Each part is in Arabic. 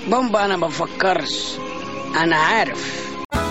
بومبا انا بفكرش، انا عارف.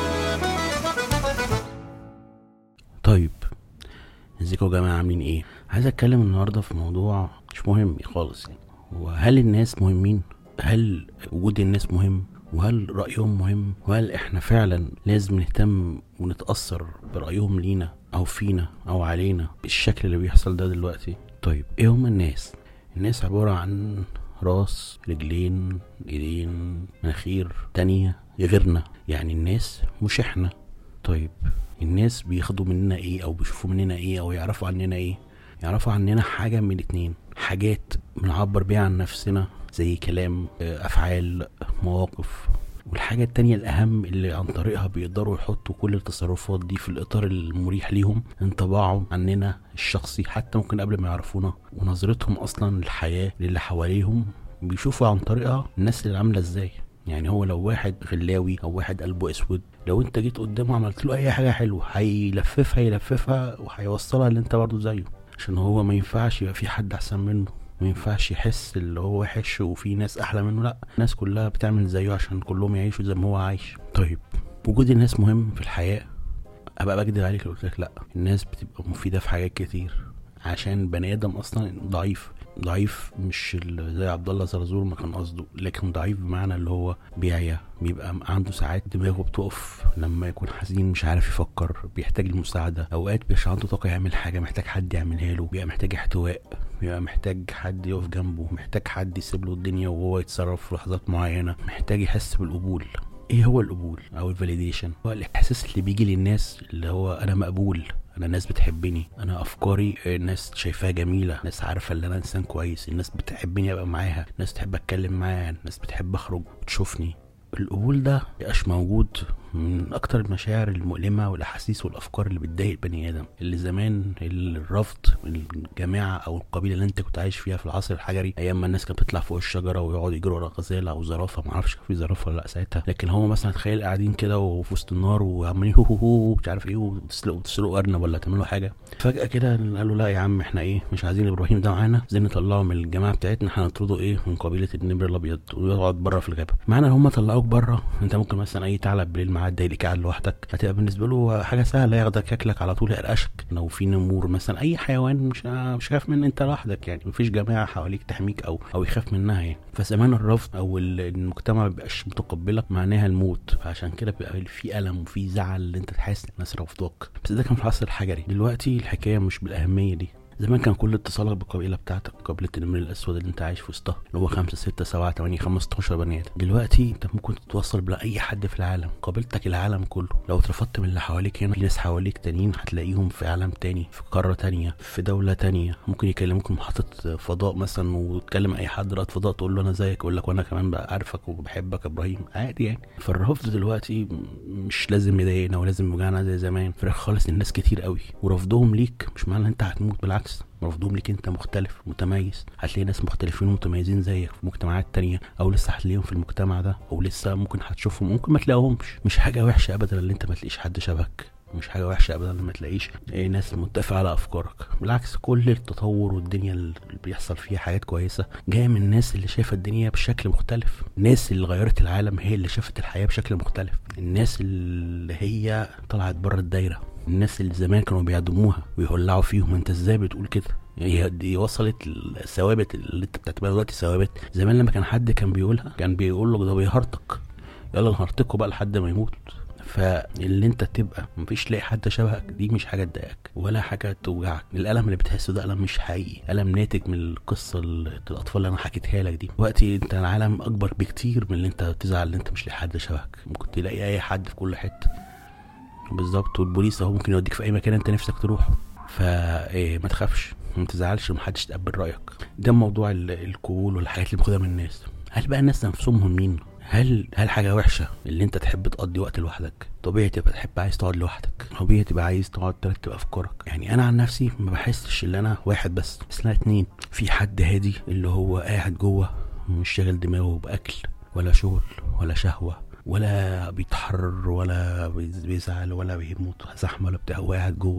طيب ازيكم يا جماعه، عاملين ايه؟ عايز اتكلم النهارده في موضوع مش مهم خالص يعني. وهل الناس مهمين؟ هل وجود الناس مهم؟ وهل رأيهم مهم؟ وهل احنا فعلا لازم نهتم ونتأثر برأيهم لينا او فينا او علينا بالشكل اللي بيحصل ده دلوقتي؟ طيب ايه هم الناس؟ الناس عبارة عن راس، رجلين، ايدين، مناخير تانية غيرنا. يعني الناس مش احنا. طيب الناس بياخدوا مننا ايه او بيشوفوا مننا ايه او يعرفوا عننا ايه؟ يعرفوا عننا حاجة من اتنين: حاجات بنعبر بيها عن نفسنا زي كلام، افعال، مواقف. والحاجة التانية الأهم اللي عن طريقها بيقدروا يحطوا كل التصرفات دي في الإطار المريح ليهم، انطباعهم عننا الشخصي حتى ممكن قبل ما يعرفونا، ونظرتهم أصلا للحياة للي حواليهم بيشوفوا عن طريقها الناس اللي عاملة ازاي. يعني هو لو واحد غلاوي أو واحد قلبه أسود، لو انت جيت قدامه عملت له أي حاجة حلوة هيلففها وهيوصلها اللي انت برضو زيه، عشان هو ما ينفعش يبقى في حد أحسن منه، ما ينفعش يحس اللي هو وحش وفي ناس احلى منه. لا، الناس كلها بتعمل زيه عشان كلهم يعيشوا زي ما هو عايش. طيب وجود الناس مهم في الحياة؟ ابقى بكدب عليك لو قلت لك لا. الناس بتبقى مفيدة في حاجات كتير، عشان بني ادم اصلا ضعيف مش زي عبد الله زرزور ما كان قصده، لكن ضعيف بمعنى اللي هو بيعيا، بيبقى عنده ساعات دماغه بتقف لما يكون حزين، مش عارف يفكر، بيحتاج المساعدة. اوقات مش عنده طاقة يعمل حاجة، محتاج حد يعملها له، بيبقى محتاج احتواء، بيبقى محتاج حد يقف جنبه، محتاج حد يسيب له الدنيا وهو يتصرف في لحظات معينة، محتاج يحس بالقبول. ايه هو القبول او الفاليديشن؟ هو الاحساس اللي بيجي للناس اللي هو انا مقبول، انا الناس بتحبني، انا افكاري الناس شايفاها جميلة، الناس عارفة ان انا انسان كويس، الناس بتحبني ابقى معاها، الناس تحب اتكلم معاها، الناس بتحب اخرج وتشوفني. القبول ده مبقاش موجود. من اكتر المشاعر المؤلمة والاحاسيس والافكار اللي بتضايق البني ادم. اللي زمان الرفض، الجماعة او القبيلة اللي انت كنت عايش فيها في العصر الحجري، ايام ما الناس كانت بتطلع فوق الشجرة ويقعدوا يجروا ورا غزالة او زرافة، معرفش كان في زرافة ولا لا ساعتها، لكن هو مثلا تخيل قاعدين كده وفي وسط النار وعمالين هو مش عارف ايه، وتسلقوا ارنب ولا تعملوا حاجة. فجأة كده قالوا لا يا عم احنا ايه، مش عايزين ابراهيم ده معانا، عايزين نطلعه من الجماعة بتاعتنا، هنطرده ايه من قبيلة النمر الابيض ويقعد بره في الغابة. معنى ان هم طلعوك بره، انت ممكن مثلا اي ثعلب بالليل معدي يلاقيك قاعد لوحدك، هتبقى بالنسبه له حاجه سهله، ياخدك ياكلك على طول، يقرقشك. لو في نمور مثلا، اي حيوان مش خايف من انت لوحدك، يعني مفيش جماعه حواليك تحميك او يخاف منها يعني. فزمان الرفض او المجتمع ما بيبقاش متقبلك معناها الموت، فعشان كده بيبقى في الم وفي زعل انت تحس الناس رافضاك. بس ده كان في العصر الحجري. دلوقتي الحكايه مش بالاهميه دي. زمان كان كل اتصالك بالقبيله بتاعتك، قبيله النمر الاسود اللي انت عايش في وسطها، اللي هو 5 6 7 8 15 بني ادم. دلوقتي انت ممكن تتواصل باي حد في العالم، قبيلتك العالم كله. لو اترفضت من اللي حواليك هنا، في ناس حواليك تانيين هتلاقيهم في عالم تاني، في قاره تانية، في دوله تانية. ممكن يكلموك من محطه فضاء مثلا، وتكلم اي حد رائد فضاء تقول له انا زيك، يقول لك وانا كمان بقى عارفك وبحبك ابراهيم، عادي يعني. فالرفض دلوقتي مش لازم يضايقنا ولازم يوجعنا زي زمان. فرق خالص الناس كتير قوي، ورفضهم ليك مش معنى انت هتموت، بالعكس، رفضهم ليك انت مختلف متميز. هتلاقي ناس مختلفين ومتميزين زيك في مجتمعات تانية، او لسه هتلاقيهم في المجتمع ده، او لسه ممكن هتشوفهم، ممكن ما تلاقيهمش. مش حاجة وحشة ابدا اللي انت ما تلاقيش حد شبهك، مش حاجة وحشة ابدا لما تلاقيش ناس متفقة على افكارك. بالعكس، كل التطور والدنيا اللي بيحصل فيها حاجات كويسة جاية من الناس اللي شايفة الدنيا بشكل مختلف. الناس اللي غيرت العالم هي اللي شافت الحياة بشكل مختلف. الناس اللي هي طلعت بره الدايرة، الناس اللي زمان كانوا بيعدموها ويولعوا فيهم، انت ازاي بتقول كده؟ دي وصلت الثوابت اللي انت بتعتبرها دلوقتي ثوابت. زمان لما كان حد كان بيقولها كان بيقول له ده بيهرطق، يلا نهرطقه بقى لحد ما يموت. فاللي انت تبقى مفيش لاقي حد شبهك، دي مش حاجه تضايقك ولا حاجه توجعك. الالم اللي بتحسه ده الم مش حقيقي، الم ناتج من القصه الاطفال اللي انا حكيتها لك دي. وقتي انت العالم اكبر بكتير من اللي انت بتزعل اللي انت مش لاقي حد شبهك. ممكن تلاقي اي حد في كل حته بالظبط، والبوليس اهو ممكن يوديك في اي مكان انت نفسك تروح. ما تخافش، ما تزعلش، ومحدش تقبل رايك. ده موضوع القبول والحاجات اللي باخدها من الناس. هل بقى الناس نفسهم مهمين؟ هل حاجه وحشه اللي انت تحب تقضي وقت لوحدك؟ طبيعي تبقى تحب عايز تقعد لوحدك، طبيعي تبقى عايز تقعد ترتب افكارك. يعني انا عن نفسي ما بحسش ان انا واحد بس انا اتنين. في حد هادي اللي هو قاعد جوه مش شاغل دماغه باكل ولا شغل ولا شهوه ولا بيتحرر ولا بيزعل ولا بيموت زحمه ولا بتاع، هو قاعد جوه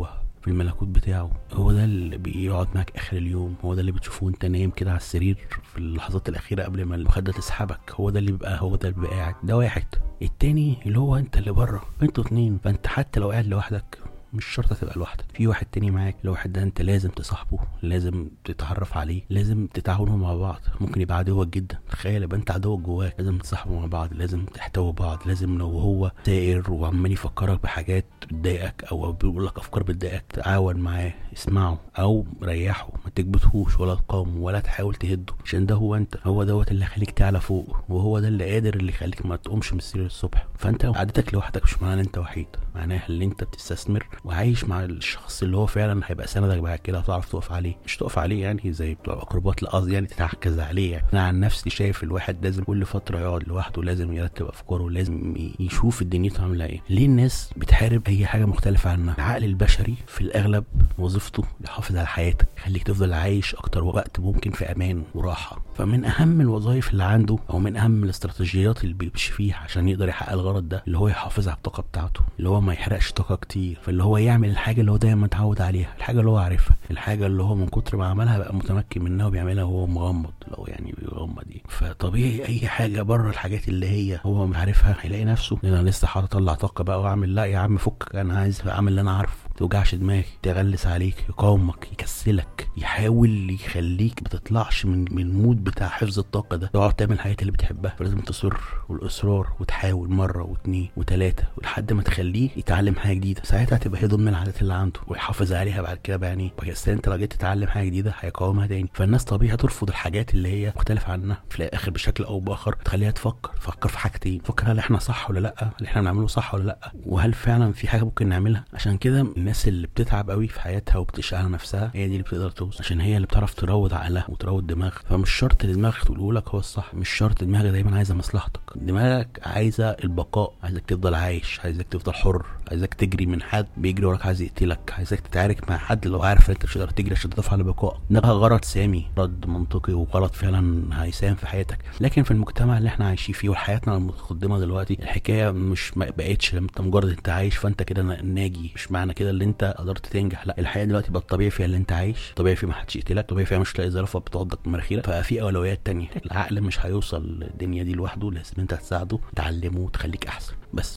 في الملكوت بتاعه، هو ده اللي بيقعد معاك اخر اليوم، هو ده اللي بتشوفه وانت نايم كده على السرير في اللحظات الاخيره قبل ما المخده تسحبك، هو ده اللي بيبقى قاعد. ده واحد. التاني اللي هو انت اللي بره، انتوا اتنين، فانت حتى لو قاعد لوحدك مش شرط تبقى لوحدك، في واحد تاني معاك. الواحد ده انت لازم تصاحبه، لازم تتعرف عليه، لازم تتعاونوا مع بعض. ممكن يبقى عدوك جدا، تخيل يبقى انت عدوك جواك، لازم تصاحبوا مع بعض، لازم تحتووا بعض. لازم لو هو سائر وعمال يفكرك بحاجات بتضايقك او بيقول لك افكار بتضايقك، تعاون معاه، اسمعه او ريحه، ما تكبتهوش ولا تقاومه ولا تحاول تهده، عشان ده هو انت، هو دوت اللي يخليك تعلى فوق، وهو ده اللي قادر اللي يخليك ما تقومش من السرير الصبح. فانت لو قعدتك لوحدك مش معناه ان انت وحيد، معناه ان انت بتستثمر وعايش مع الشخص اللي هو فعلا هيبقى سندك بعد كده، هتعرف تقف عليه، مش تقف عليه يعني زي بتوع الاقربات، لا قصدي يعني تتعكز عليه. يعني انا عن نفسي شايف الواحد لازم كل فتره يقعد لوحده، لازم يرتب افكاره، لازم يشوف الدنيا عامله ايه. ليه الناس بتحارب اي حاجه مختلفه عنها؟ العقل البشري في الاغلب وظيفته يحافظ على حياتك، يخليك تفضل عايش اكتر وقت ممكن في امان وراحه. فمن اهم الوظائف اللي عنده او من اهم الاستراتيجيات اللي بيمشي فيها عشان يقدر يحقق الغرض ده، اللي هو يحافظ على الطاقه بتاعته، اللي هو ما يحرقش طاقه كتير، فاللي هو يعمل الحاجه اللي هو دايما متعود عليها، الحاجه اللي هو عارفها، الحاجه اللي هو من كتر ما عملها بقى متمكن منها وبيعملها وهو مغمض، لو يعني بيغمض دي. فطبيعي اي حاجه بره الحاجات اللي هو مش عارفها هيلاقي نفسه انا لسه هطلع طاقه بقى واعمل. لا يا عم فك، انا عايز اعمل اللي انا عارفه، توجعش دماغي، تغلس عليك، يقاومك، يكسلك، يحاول يخليك ما تطلعش من المود بتاع حفظ الطاقه ده، تقعد تعمل الحاجات اللي بتحبها. فلازم تصر والاصرار وتحاول مره واثنين وثلاثه لحد ما تخليه يتعلم حاجه جديده. ساعتها هتبقى هي ضمن العادات اللي عنده ويحافظ عليها بعد كده. يعني بس انت لو جيت تتعلم حاجه جديده هيقاومها تاني. فالناس طبيعي ترفض الحاجات اللي هي مختلفه عنها في الاخر بشكل او باخر، تخليها تفكر في حاجتين، تفكر هل احنا صح ولا لا، هل احنا بنعمله صح ولا لا، وهل فعلا في حاجه ممكن نعملها. عشان كده الناس اللي بتتعب قوي في حياتها وبتشقى على نفسها هي دي اللي بتقدر توصل، عشان هي اللي بتعرف تروض عقلها وتروض دماغها. فمش شرط اللي دماغك تقوله لك هو الصح، مش شرط دماغك دايما عايزه مصلحتك، دماغك عايزه البقاء، عايزك تفضل عايش، عايزك تفضل حر، عايزك تجري من حد بيجري وراك عايز يقتلك، عايزك تتعارك مع حد لو عارف ان انت مش هتقدر تجري عشان تدافع على بقائك. ده غرض سامي، غرض منطقي وغرض فعلا هيساهم في حياتك. لكن في المجتمع اللي احنا عايشين فيه وحياتنا المتقدمه دلوقتي، الحكايه مش ما بقتش انت مجرد انت عايش فانت كده ناجي، مش معنى كده اللي انت قدرت تنجح. لا، الحياه دلوقتي بقت طبيعي فيها اللي انت عايش، طبيعي فيها ما حدش يقتلك، طبيعي فيها مش لاقي ظرفه بتعضك من مناخيرك، ففي اولويات تانية. العقل مش هيوصل الدنيا دي لوحده، لازم انت تساعده، تعلمه، تخليك احسن بس.